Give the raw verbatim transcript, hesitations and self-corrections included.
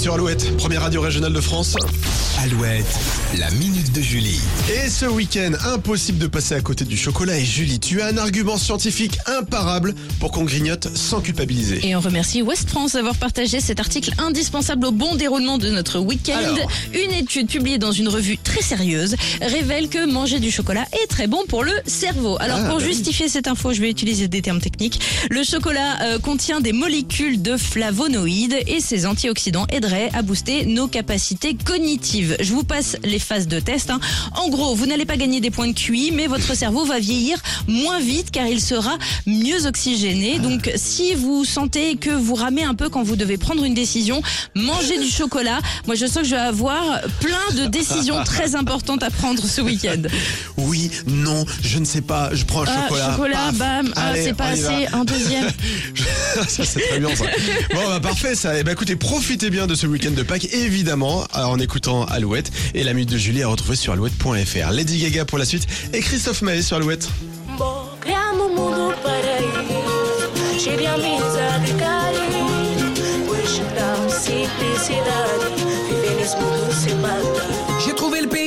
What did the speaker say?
sur Alouette, première radio régionale de France. Alouette, la minute de Julie. Et ce week-end, impossible de passer à côté du chocolat. Et Julie, tu as un argument scientifique imparable pour qu'on grignote sans culpabiliser. Et on remercie Ouest France d'avoir partagé cet article indispensable au bon déroulement de notre week-end. Alors. Une étude publiée dans une revue très sérieuse révèle que manger du chocolat est très bon pour le cerveau. Alors Ah, pour bah oui. justifier cette info, je vais utiliser des termes techniques. Le chocolat euh, contient des molécules de flavonoïdes et ces antioxydants aideraient à booster nos capacités cognitives. Je vous passe les phases de test. hein. En gros, vous n'allez pas gagner des points de Q I, mais votre cerveau va vieillir moins vite car il sera mieux oxygéné. Donc si vous sentez que vous ramez un peu quand vous devez prendre une décision, mangez du chocolat. Moi je sens que je vais avoir plein de décisions très importantes à prendre ce week-end. Oui, non, je ne sais pas, je prends un Ah, chocolat. chocolat, paf. bam, ah, Allez, c'est pas on y va. assez, un deuxième. Ça c'est très bien ça. Bon bah parfait ça. Et bah écoutez, profitez bien de ce week-end de Pâques évidemment en écoutant Alouette. Et la minute de Julie à retrouver sur alouette point f r. Lady Gaga pour la suite et Christophe Maé sur Alouette. Criando um mundo para ir, cheio de amizade e carinho, hoje dá simplicidade, viver nesse mundo sem maldade. J'ai trouvé le pays.